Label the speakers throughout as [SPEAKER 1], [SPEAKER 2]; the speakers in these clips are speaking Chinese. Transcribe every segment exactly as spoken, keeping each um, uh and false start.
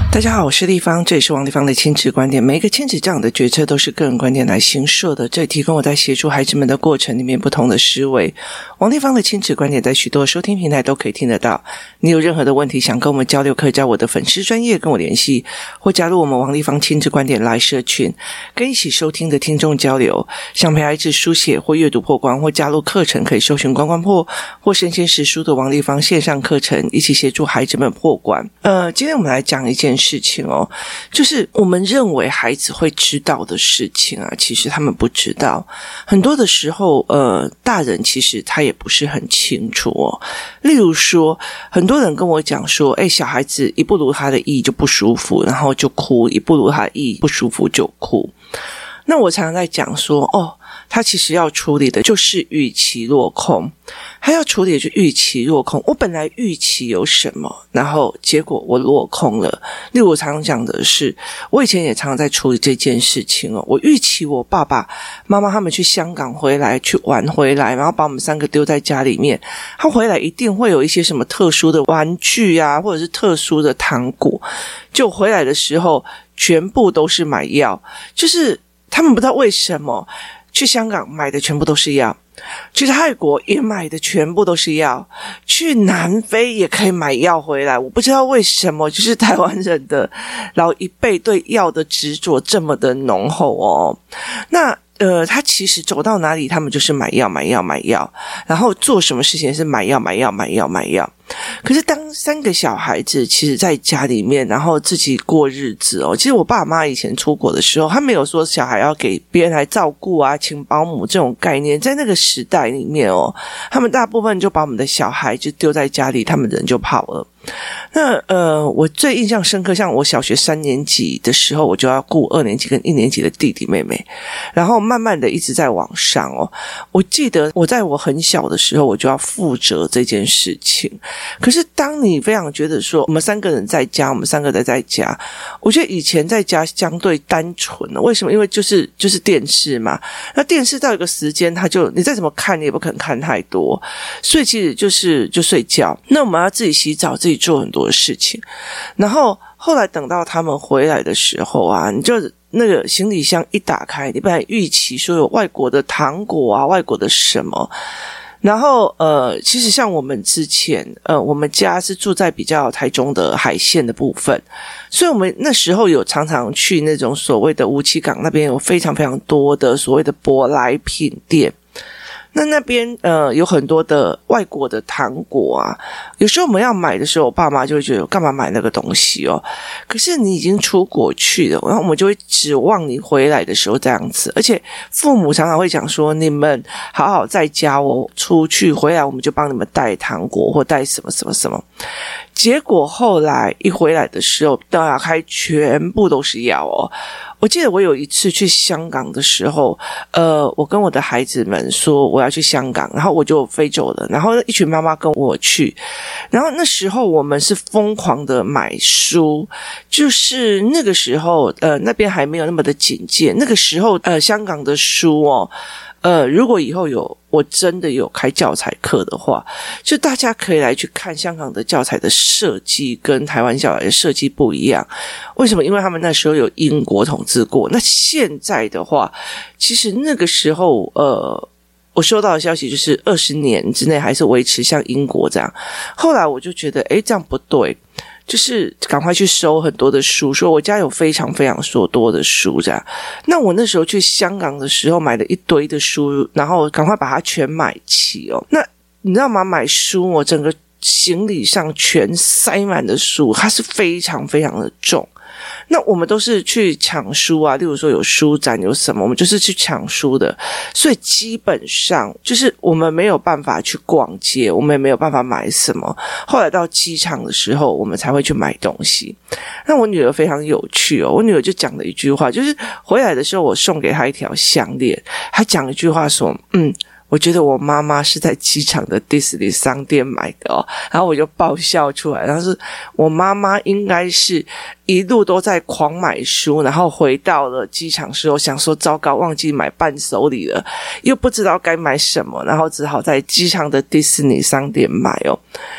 [SPEAKER 1] 大家好，我是立方，这里是王立方的亲子观点。每一个亲子这样的决策都是个人观点来形设的，这里提供我在协助孩子们的过程里面不同的思维。王立方的亲子观点在许多收听平台都可以听得到。你有任何的问题想跟我们交流，可以在我的粉丝专页跟我联系，或加入我们王立方亲子观点来社群，跟一起收听的听众交流。想陪孩子书写或阅读破关，或加入课程，可以搜寻关关破或身先识书的王立方线上课程，一起协助孩子们破关。呃，今天我们来讲一件事情哦，就是我们认为孩子会知道的事情啊，其实他们不知道。很多的时候，呃，大人其实他也不是很清楚哦。例如说，很多人跟我讲说，诶，小孩子一不如他的意就不舒服，然后就哭；一不如他的意不舒服就哭。那我常常在讲说，哦，他其实要处理的就是预期落空，他要处理的就是预期落空。我本来预期有什么，然后结果我落空了。例如我常常讲的是，我以前也常常在处理这件事情哦。我预期我爸爸妈妈他们去香港回来去玩回来，然后把我们三个丢在家里面，他回来一定会有一些什么特殊的玩具啊，或者是特殊的糖果。就回来的时候全部都是买药，就是他们不知道为什么去香港买的全部都是药，去泰国也买的全部都是药，去南非也可以买药回来。我不知道为什么，就是台湾人的老一辈对药的执着这么的浓厚哦。那呃，他其实走到哪里，他们就是买药、买药、买药，然后做什么事情是买药、买药、买药、买药。可是当三个小孩子其实在家里面，然后自己过日子哦。其实我爸妈以前出国的时候，他没有说小孩要给别人来照顾啊，请保姆这种概念。在那个时代里面哦，他们大部分就把我们的小孩就丢在家里，他们人就跑了。那呃，我最印象深刻，像我小学三年级的时候，我就要顾二年级跟一年级的弟弟妹妹，然后慢慢的一直在往上哦。我记得我在我很小的时候，我就要负责这件事情。可是当你非常觉得说我们三个人在家，我们三个人在家，我觉得以前在家相对单纯了。为什么？因为就是就是电视嘛，那电视到一个时间，它就你再怎么看，你也不可能看太多，所以其实就是就睡觉。那我们要自己洗澡，自己做很多的事情。然后后来等到他们回来的时候啊，你就那个行李箱一打开，你本来预期说有外国的糖果啊，外国的什么。然后呃，其实像我们之前呃，我们家是住在比较台中的海线的部分，所以我们那时候有常常去那种所谓的乌七港那边，有非常非常多的所谓的舶来品店。那那边呃有很多的外国的糖果啊，有时候我们要买的时候，我爸妈就会觉得干嘛买那个东西哦？可是你已经出国去了，然后我们就会指望你回来的时候这样子，而且父母常常会讲说，你们好好在家，我出去回来我们就帮你们带糖果或带什么什么什么。结果后来一回来的时候，打开全部都是药哦。我记得我有一次去香港的时候，呃，我跟我的孩子们说我要去香港，然后我就飞走了，然后一群妈妈跟我去，然后那时候我们是疯狂的买书，就是那个时候呃那边还没有那么的警戒，那个时候呃香港的书哦。呃，如果以后有我真的有开教材课的话，就大家可以来去看香港的教材的设计跟台湾教材的设计不一样。为什么？因为他们那时候有英国统治过。那现在的话，其实那个时候呃我收到的消息就是二十年之内还是维持像英国这样。后来我就觉得诶这样不对，就是赶快去收很多的书，说我家有非常非常多的书这样。那我那时候去香港的时候买了一堆的书，然后赶快把它全买齐哦。那你知道吗？买书我整个行李上全塞满的书，它是非常非常的重。那我们都是去抢书啊，例如说有书展有什么，我们就是去抢书的，所以基本上就是我们没有办法去逛街，我们也没有办法买什么。后来到机场的时候，我们才会去买东西。那我女儿非常有趣哦，我女儿就讲了一句话，就是回来的时候我送给她一条项链，她讲一句话说，嗯。我觉得我妈妈是在机场的迪士尼商店买的哦，然后我就爆笑出来。然后是我妈妈应该是一路都在狂买书，然后回到了机场时候想说糟糕，忘记买伴手礼了，又不知道该买什么，然后只好在机场的迪士尼商店买哦。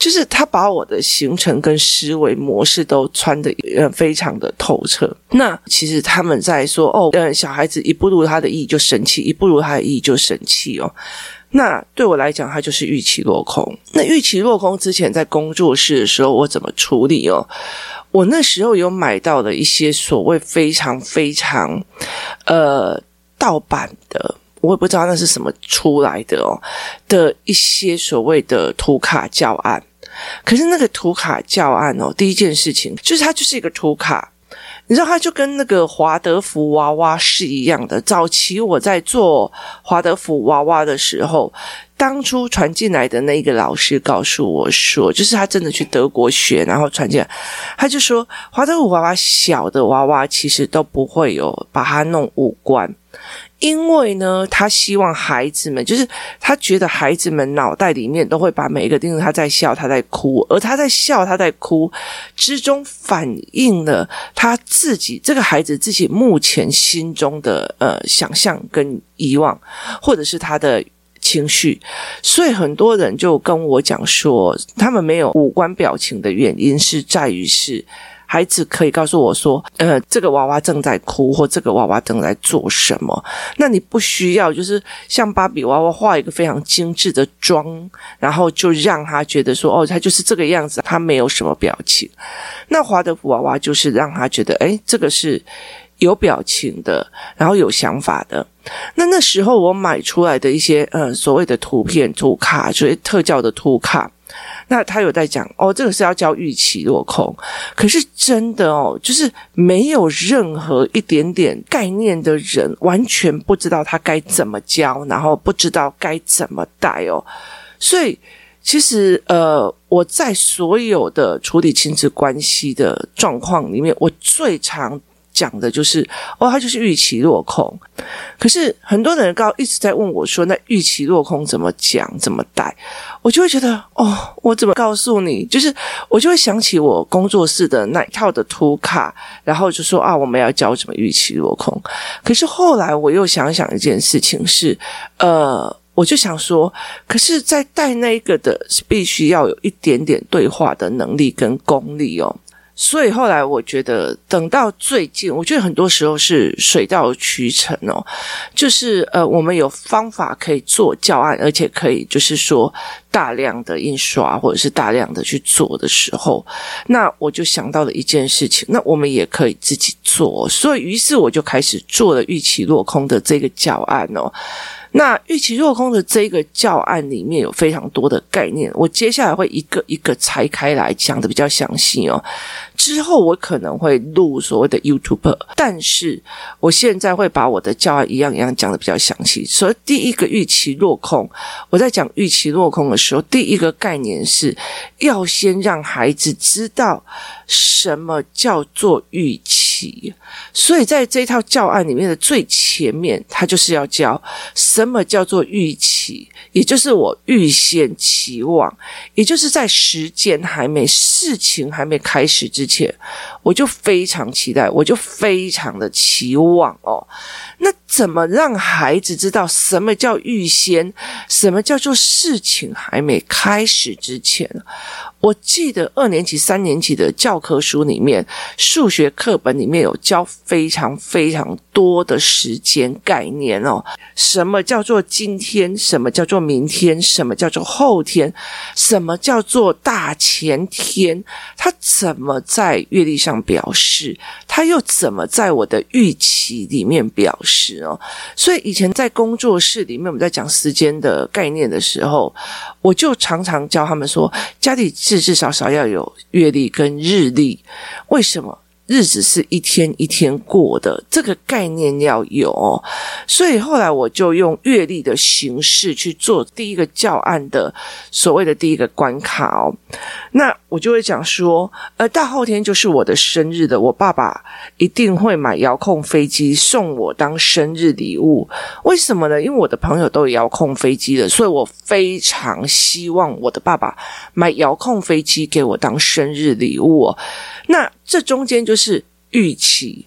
[SPEAKER 1] 就是他把我的行程跟思维模式都穿得呃非常的透彻。那其实他们在说哦，呃，小孩子一不如他的意就生气，一不如他的意就生气哦。那对我来讲，它就是预期落空。那预期落空之前在工作室的时候，我怎么处理哦？我那时候有买到了一些所谓非常非常呃盗版的，我也不知道那是什么出来的哦的一些所谓的图卡教案。可是那个图卡教案哦，第一件事情就是它就是一个图卡。你知道它就跟那个华德福娃娃是一样的。早期我在做华德福娃娃的时候，当初传进来的那个老师告诉我说，就是他真的去德国学，然后传进来，他就说华德福娃娃小的娃娃其实都不会有把它弄五官。因为呢，他希望孩子们，就是他觉得孩子们脑袋里面都会把每一个定义他在笑，他在哭，而他在笑，他在哭之中反映了他自己这个孩子自己目前心中的呃想象跟遗忘，或者是他的情绪。所以很多人就跟我讲说，他们没有五官表情的原因是在于是孩子可以告诉我说呃，这个娃娃正在哭，或这个娃娃正在做什么。那你不需要就是像芭比娃娃画一个非常精致的妆，然后就让他觉得说哦，他就是这个样子，他没有什么表情。那华德福娃娃就是让他觉得诶，这个是有表情的，然后有想法的。那那时候我买出来的一些呃所谓的图片图卡，就是特教的图卡，那他有在讲哦，这个是要教预期落空。可是真的哦，就是没有任何一点点概念的人，完全不知道他该怎么教，然后不知道该怎么带哦。所以其实呃，我在所有的处理亲子关系的状况里面，我最常讲的就是哦，他就是预期落空。可是很多人刚一直在问我说，那预期落空怎么讲怎么带？我就会觉得哦，我怎么告诉你？就是我就会想起我工作室的那一套的图卡，然后就说啊，我们要教怎么预期落空。可是后来我又想想一件事情是呃我就想说，可是在带那个的必须要有一点点对话的能力跟功力哦。所以后来我觉得等到最近，我觉得很多时候是水到渠成哦，就是呃我们有方法可以做教案，而且可以就是说大量的印刷或者是大量的去做的时候，那我就想到了一件事情，那我们也可以自己做。所以于是我就开始做了预期落空的这个教案哦。那预期落空的这个教案里面有非常多的概念，我接下来会一个一个拆开来讲的比较详细哦。之后我可能会录所谓的 YouTube， 但是我现在会把我的教案一样一样讲的比较详细。所以第一个预期落空，我在讲预期落空的时候，第一个概念是要先让孩子知道什么叫做预期。所以在这套教案里面的最前面，它就是要教什么叫做预期，也就是我预先期望，也就是在时间还没事情还没开始之前，我就非常期待，我就非常的期望哦。那怎么让孩子知道什么叫预先，什么叫做事情还没开始之前？我记得二年级三年级的教科书里面，数学课本里面有教非常非常多的时间概念哦。什么叫做今天，什么叫做明天，什么叫做后天，什么叫做大前天，它怎么在阅历上表示，它又怎么在我的预期里面表示哦。所以以前在工作室里面我们在讲时间的概念的时候，我就常常教他们说，家里至至少少要有月历跟日历。为什么？日子是一天一天过的，这个概念要有哦。所以后来我就用月历的形式去做第一个教案的所谓的第一个关卡哦。那我就会讲说，呃，大后天就是我的生日的，我爸爸一定会买遥控飞机送我当生日礼物。为什么呢？因为我的朋友都有遥控飞机的，所以我非常希望我的爸爸买遥控飞机给我当生日礼物哦。那这中间就是预期，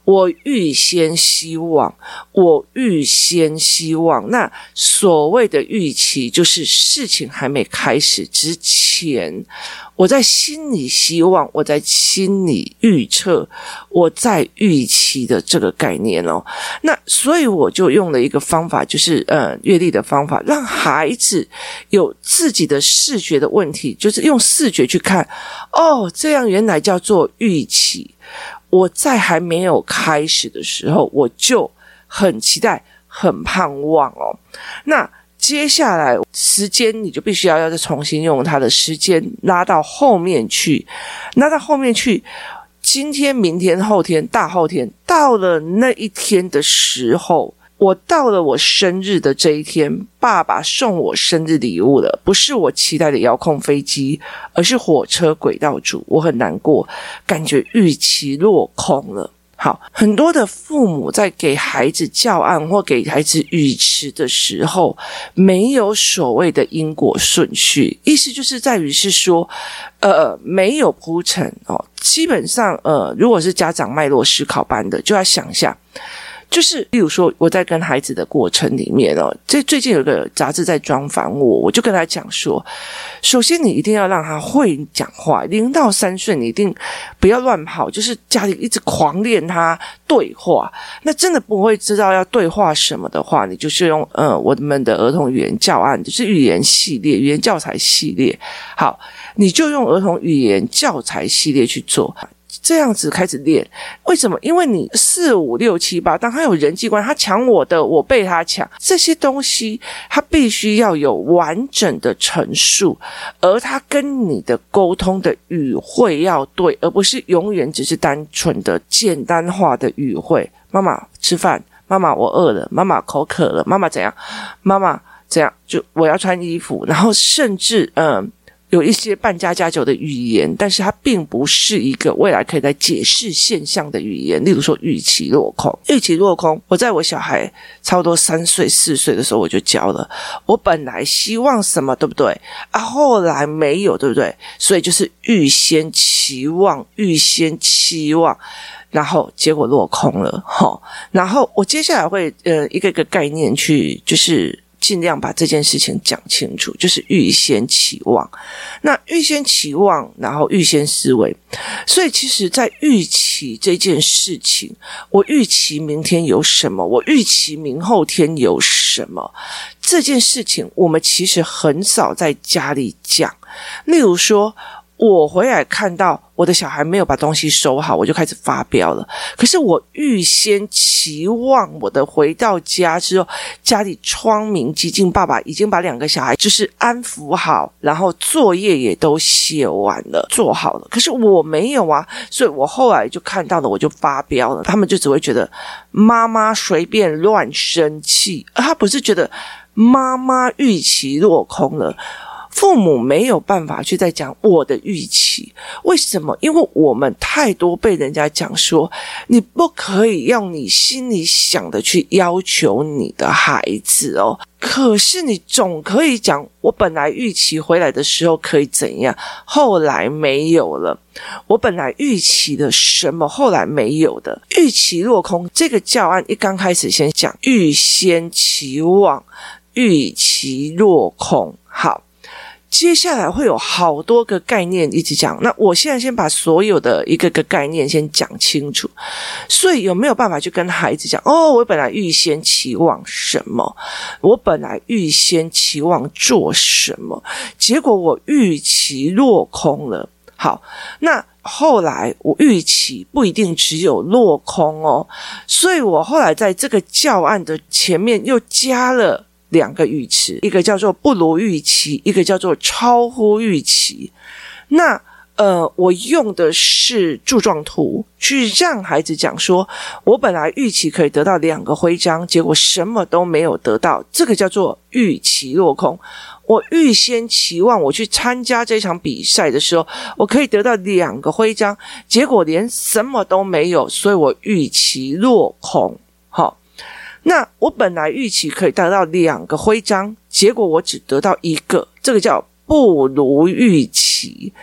[SPEAKER 1] 我预先希望，我预先希望。那所谓的预期，就是事情还没开始之前，我在心里希望，我在心里预测，我在预期的这个概念哦。那所以我就用了一个方法，就是呃阅历的方法，让孩子有自己的视觉的问题，就是用视觉去看，哦，这样原来叫做预期。我在还没有开始的时候，我就很期待，很盼望哦。那接下来时间你就必须要要再重新用它的时间拉到后面去，拉到后面去，今天、明天、后天、大后天，到了那一天的时候，我到了我生日的这一天，爸爸送我生日礼物了，不是我期待的遥控飞机，而是火车轨道组，我很难过，感觉预期落空了。好，很多的父母在给孩子教案或给孩子语词的时候，没有所谓的因果顺序，意思就是在于是说，呃，没有铺陈哦。基本上，呃，如果是家长脉络思考班的，就要想一下。就是例如说我在跟孩子的过程里面哦，这最近有个杂志在专访我，我就跟他讲说，首先你一定要让他会讲话，零到三岁你一定不要乱跑，就是家里一直狂练他对话，那真的不会知道要对话什么的话，你就是用呃我们的儿童语言教案，就是语言系列、语言教材系列，好，你就用儿童语言教材系列去做。这样子开始练，为什么？因为你四五六七八，当他有人际关系，他抢我的，我被他抢，这些东西他必须要有完整的陈述，而他跟你的沟通的语汇要对，而不是永远只是单纯的简单化的语汇。妈妈吃饭，妈妈我饿了，妈妈口渴了，妈妈怎样，妈妈怎样，就我要穿衣服，然后甚至嗯。有一些半加加酒的语言，但是它并不是一个未来可以来解释现象的语言。例如说预期落空，预期落空，我在我小孩差不多三岁四岁的时候我就教了，我本来希望什么，对不对啊？后来没有，对不对？所以就是预先期望，预先期望，然后结果落空了齁。然后我接下来会呃一个一个概念去就是尽量把这件事情讲清楚，就是预先期望。那预先期望，然后预先思维。所以其实在预期这件事情，我预期明天有什么，我预期明后天有什么，这件事情我们其实很少在家里讲。例如说我回来看到我的小孩没有把东西收好，我就开始发飙了。可是我预先期望我的回到家之后，家里窗明几净，爸爸已经把两个小孩就是安抚好，然后作业也都写完了，做好了。可是我没有啊，所以我后来就看到了，我就发飙了。他们就只会觉得妈妈随便乱生气，而他不是觉得妈妈预期落空了。父母没有办法去再讲我的预期，为什么？因为我们太多被人家讲说，你不可以用你心里想的去要求你的孩子哦。可是你总可以讲，我本来预期回来的时候可以怎样，后来没有了。我本来预期的什么，后来没有的。预期落空，这个教案一刚开始先讲预先期望，预期落空。好。接下来会有好多个概念一直讲，那我现在先把所有的一个个概念先讲清楚。所以有没有办法去跟孩子讲，哦，我本来预先期望什么，我本来预先期望做什么，结果我预期落空了。好，那后来我预期不一定只有落空哦，所以我后来在这个教案的前面又加了两个语词，一个叫做不如预期，一个叫做超乎预期。那呃，我用的是柱状图去让孩子讲说，我本来预期可以得到两个徽章，结果什么都没有得到，这个叫做预期落空。我预先期望我去参加这场比赛的时候，我可以得到两个徽章，结果连什么都没有，所以我预期落空。好。那我本来预期可以得到两个徽章，结果我只得到一个，这个叫不如预期。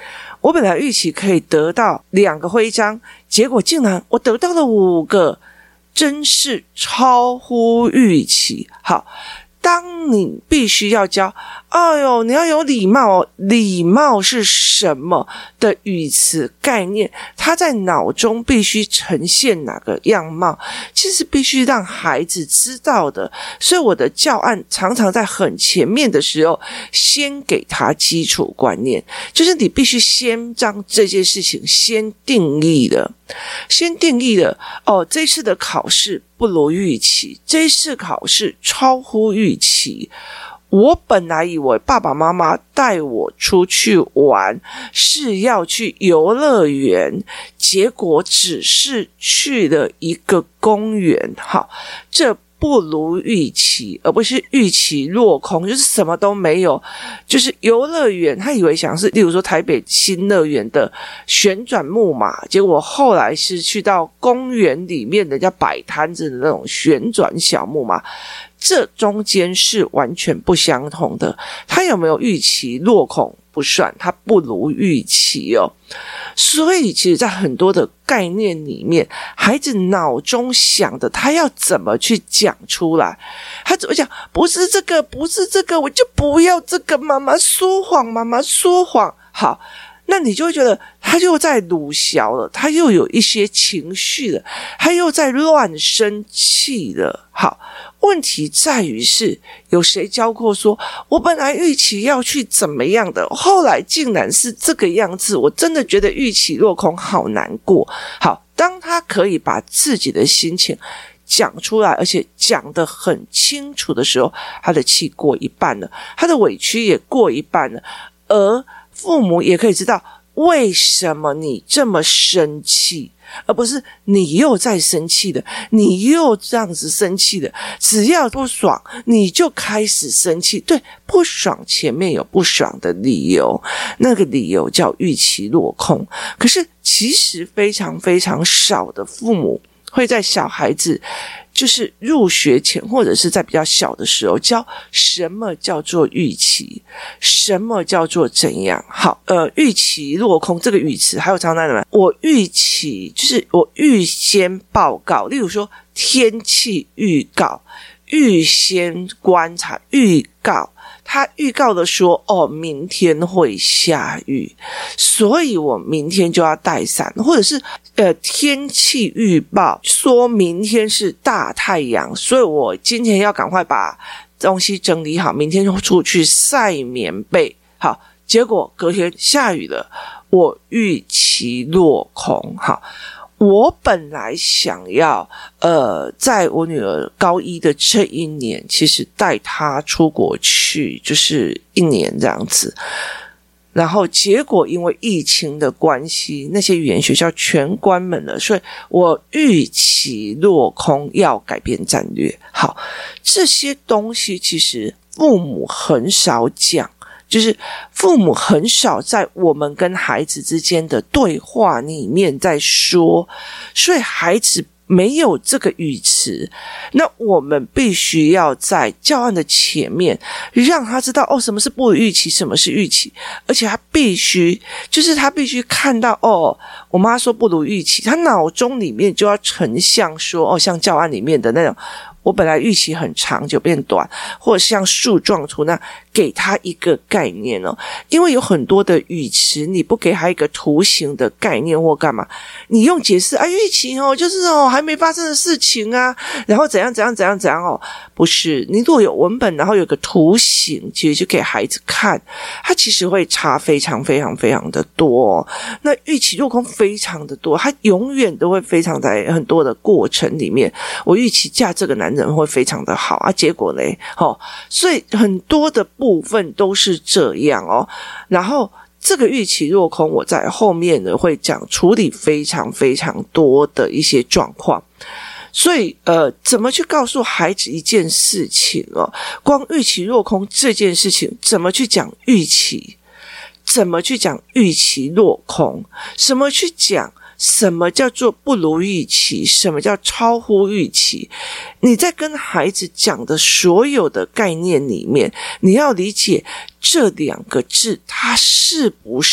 [SPEAKER 1] 我本来预期可以得到两个徽章，结果竟然我得到了五个，真是超乎预期。好，当你必须要教，哎呦，你要有礼貌哦，礼貌是什么的语词概念，它在脑中必须呈现哪个样貌，其实必须让孩子知道的。所以我的教案常常在很前面的时候先给他基础观念，就是你必须先将这件事情先定义了，先定义了哦，这次的考试不如预期，这次考试超乎预期。我本来以为爸爸妈妈带我出去玩是要去游乐园，结果只是去了一个公园。好，这不如预期，而不是预期落空，就是什么都没有。就是游乐园，他以为想是例如说台北新乐园的旋转木马，结果后来是去到公园里面人家摆摊子的那种旋转小木马，这中间是完全不相同的。他有没有预期落空不算，他不如预期哦。所以其实在很多的概念里面，孩子脑中想的他要怎么去讲出来，他怎么讲，不是这个不是这个，我就不要这个，妈妈说谎妈妈说谎。好，那你就会觉得他又在鲁小了，他又有一些情绪了，他又在乱生气了。好，问题在于是有谁教过说我本来预期要去怎么样的，后来竟然是这个样子，我真的觉得预期落空，好难过。好，当他可以把自己的心情讲出来，而且讲得很清楚的时候，他的气过一半了，他的委屈也过一半了，而父母也可以知道为什么你这么生气，而不是你又在生气的，你又这样子生气的，只要不爽你就开始生气。对，不爽前面有不爽的理由，那个理由叫预期落空。可是其实非常非常少的父母会在小孩子就是入学前或者是在比较小的时候教什么叫做预期，什么叫做怎样。好，呃，预期落空这个语词还有常常什么，我预期就是我预先报告，例如说天气预告，预先观察，预告他预告的说哦，明天会下雨，所以我明天就要带伞，或者是呃天气预报说明天是大太阳，所以我今天要赶快把东西整理好，明天就出去晒棉被。好，结果隔天下雨了，我预期落空。好，我本来想要呃，在我女儿高一的这一年，其实带她出国去，就是一年这样子。然后结果因为疫情的关系，那些语言学校全关门了，所以我预期落空，要改变战略。好，这些东西其实父母很少讲，就是父母很少在我们跟孩子之间的对话里面在说，所以孩子没有这个语词，那我们必须要在教案的前面让他知道哦，什么是不如预期，什么是预期，而且他必须就是他必须看到哦，我妈说不如预期，他脑中里面就要成像说哦，像教案里面的那种，我本来预期很长就变短，或者像树状图那给他一个概念哦，因为有很多的语词你不给他一个图形的概念或干嘛，你用解释啊预期哦就是哦还没发生的事情啊，然后怎样怎样怎样怎样哦，不是，你如果有文本然后有个图形，其实就给孩子看，他其实会差非常非常非常的多哦。那预期落空非常的多，他永远都会非常在很多的过程里面，我预期嫁这个男人会非常的好啊，结果呢哦，所以很多的部分都是这样哦。然后这个预期落空，我在后面呢会讲处理非常非常多的一些状况。所以呃，怎么去告诉孩子一件事情哦？光预期落空这件事情，怎么去讲预期？怎么去讲预期落空？什么去讲？什么叫做不如预期？什么叫超乎预期？你在跟孩子讲的所有的概念里面，你要理解这两个字它是不是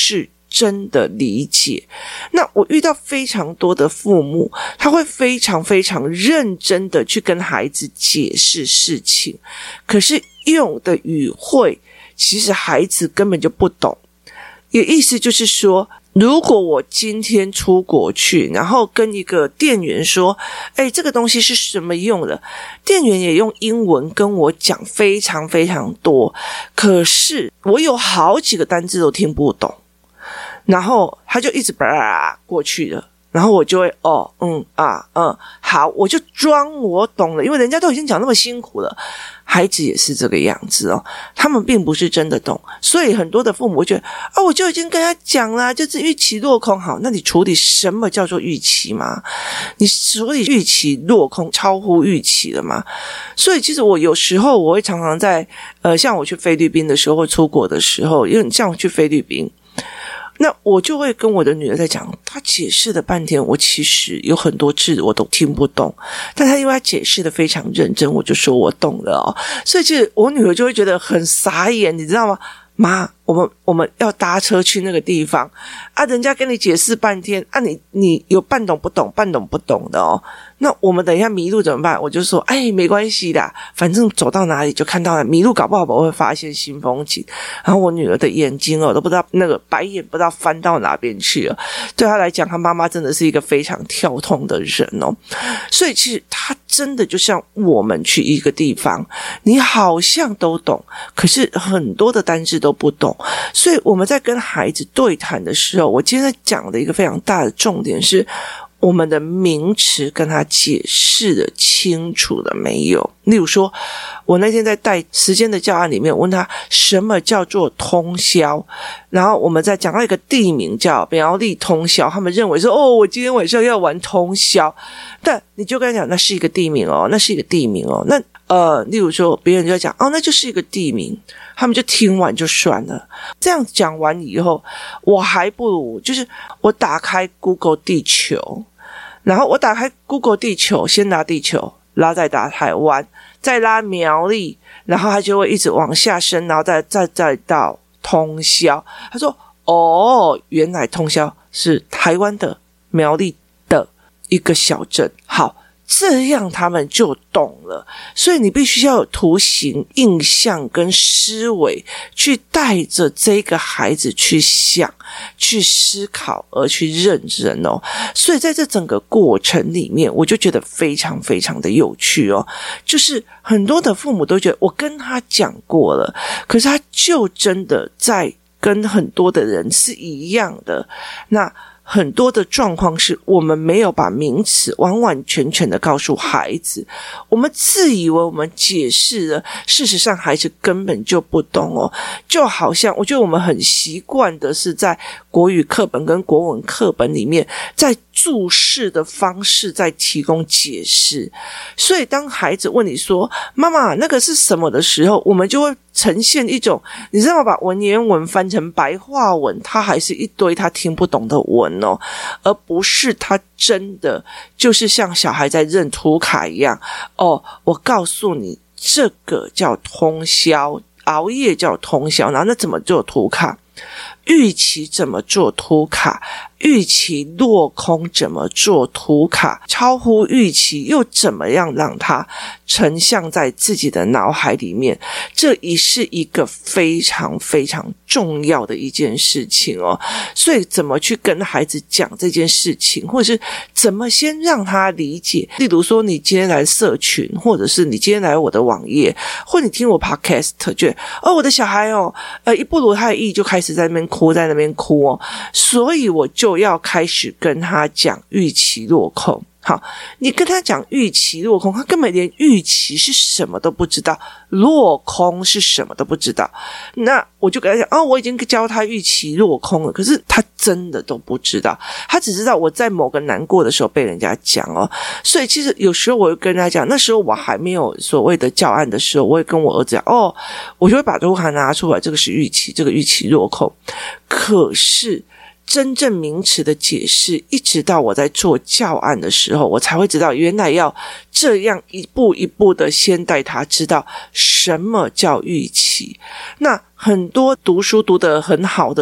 [SPEAKER 1] 真的理解。那我遇到非常多的父母，他会非常非常认真的去跟孩子解释事情，可是用的语汇其实孩子根本就不懂。也意思就是说，如果我今天出国去，然后跟一个店员说，诶，这个东西是什么用的，店员也用英文跟我讲非常非常多，可是我有好几个单字都听不懂，然后他就一直叭过去了，然后我就会哦嗯啊嗯好，我就装我懂了，因为人家都已经讲那么辛苦了。孩子也是这个样子哦，他们并不是真的懂，所以很多的父母会觉得啊、哦，我就已经跟他讲了，就是预期落空。好，那你处理什么叫做预期吗？你处理预期落空超乎预期了吗？所以其实我有时候我会常常在呃，像我去菲律宾的时候或出国的时候，因为像我去菲律宾，那我就会跟我的女儿在讲，她解释了半天，我其实有很多字我都听不懂，但她因为她解释的非常认真，我就说我懂了哦。所以其实我女儿就会觉得很傻眼，你知道吗？妈，我们我们要搭车去那个地方啊，人家跟你解释半天啊，你你有半懂不懂，半懂不懂的哦。那我们等一下迷路怎么办？我就说，哎，没关系的，反正走到哪里就看到了。迷路搞不好我会发现新风景。然后我女儿的眼睛哦，都不知道那个白眼不知道翻到哪边去了。对她来讲，她妈妈真的是一个非常跳痛的人哦。所以其实她真的就像我们去一个地方，你好像都懂，可是很多的单字都不懂。所以我们在跟孩子对谈的时候，我今天在讲的一个非常大的重点是，我们的名词跟他解释的清楚了没有？例如说，我那天在带时间的教案里面问他什么叫做通宵，然后我们在讲到一个地名叫苗栗通宵，他们认为说哦，我今天晚上要玩通宵，但你就跟他讲那是一个地名哦，那是一个地名哦，那呃，例如说别人就在讲哦，那就是一个地名，他们就听完就算了。这样讲完以后，我还不如就是我打开 Google 地球，然后我打开 Google 地球，先拿地球，然后再打台湾，再拉苗栗，然后它就会一直往下升，然后再再再到通宵。他说哦，原来通宵是台湾的苗栗的一个小镇。好，这样他们就懂了。所以你必须要有图形、印象跟思维，去带着这个孩子去想、去思考而去认真哦。所以在这整个过程里面，我就觉得非常非常的有趣哦。就是很多的父母都觉得我跟他讲过了，可是他就真的在跟很多的人是一样的。那很多的状况是我们没有把名词完完全全的告诉孩子，我们自以为我们解释了，事实上孩子根本就不懂哦。就好像我觉得我们很习惯的是在国语课本跟国文课本里面，在注释的方式在提供解释，所以当孩子问你说妈妈那个是什么的时候，我们就会呈现一种你知道把文言文翻成白话文，它还是一堆他听不懂的文哦，而不是他真的就是像小孩在认图卡一样哦，我告诉你这个叫通宵，熬夜叫通宵，然后那怎么做图卡，预期怎么做图卡，预期落空怎么做图卡，超乎预期又怎么样让它成像在自己的脑海里面，这也是一个非常非常重要的一件事情哦。所以怎么去跟孩子讲这件事情，或者是怎么先让他理解，例如说你今天来社群，或者是你今天来我的网页，或你听我 podcast 觉得哦我的小孩哦呃一不如他的意就开始在那边哭在那边哭哦，所以我就要开始跟他讲预期落空。好，你跟他讲预期落空，他根本连预期是什么都不知道，落空是什么都不知道。那我就跟他讲哦，我已经教他预期落空了，可是他真的都不知道，他只知道我在某个难过的时候被人家讲哦。所以其实有时候我会跟他讲，那时候我还没有所谓的教案的时候，我会跟我儿子讲哦，我就会把图卡拿出来，这个是预期，这个预期落空。可是真正名词的解释，一直到我在做教案的时候，我才会知道原来要这样一步一步的先带他知道什么叫预期。那很多读书读得很好的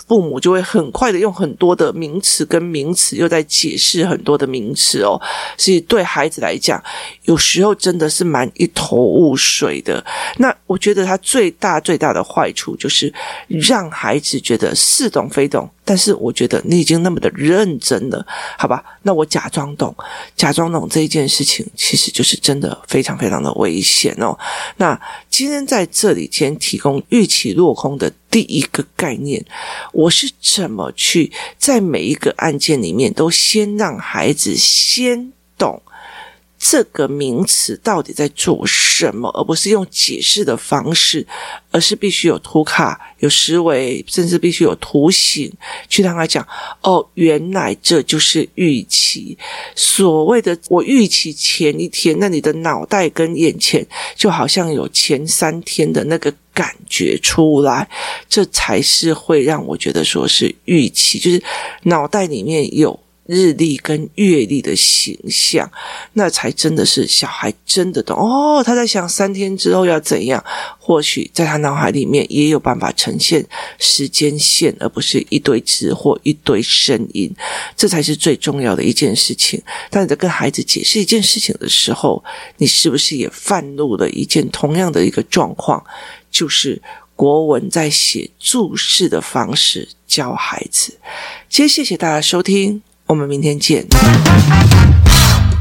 [SPEAKER 1] 父母就会很快的用很多的名词跟名词又在解释很多的名词哦，所以对孩子来讲有时候真的是蛮一头雾水的。那我觉得他最大最大的坏处就是让孩子觉得似懂非懂，但是我觉得你已经那么的认真了，好吧，那我假装懂假装懂这一件事情其实就是真的非常非常的危险哦。那今天在这里先提供预期落空的第一个概念，我是怎么去在每一个案件里面都先让孩子先懂这个名词到底在做什么，而不是用解释的方式，而是必须有图卡、有思维，甚至必须有图形去让他讲，哦，原来这就是预期。所谓的我预期前一天，那你的脑袋跟眼前就好像有前三天的那个感觉出来，这才是会让我觉得说是预期，就是脑袋里面有日历跟月历的形象，那才真的是小孩真的懂哦。他在想三天之后要怎样，或许在他脑海里面也有办法呈现时间线，而不是一堆字或一堆声音，这才是最重要的一件事情。当你在跟孩子解释一件事情的时候，你是不是也犯入了一件同样的一个状况，就是国文在写注释的方式教孩子。今天谢谢大家收听，我们明天见。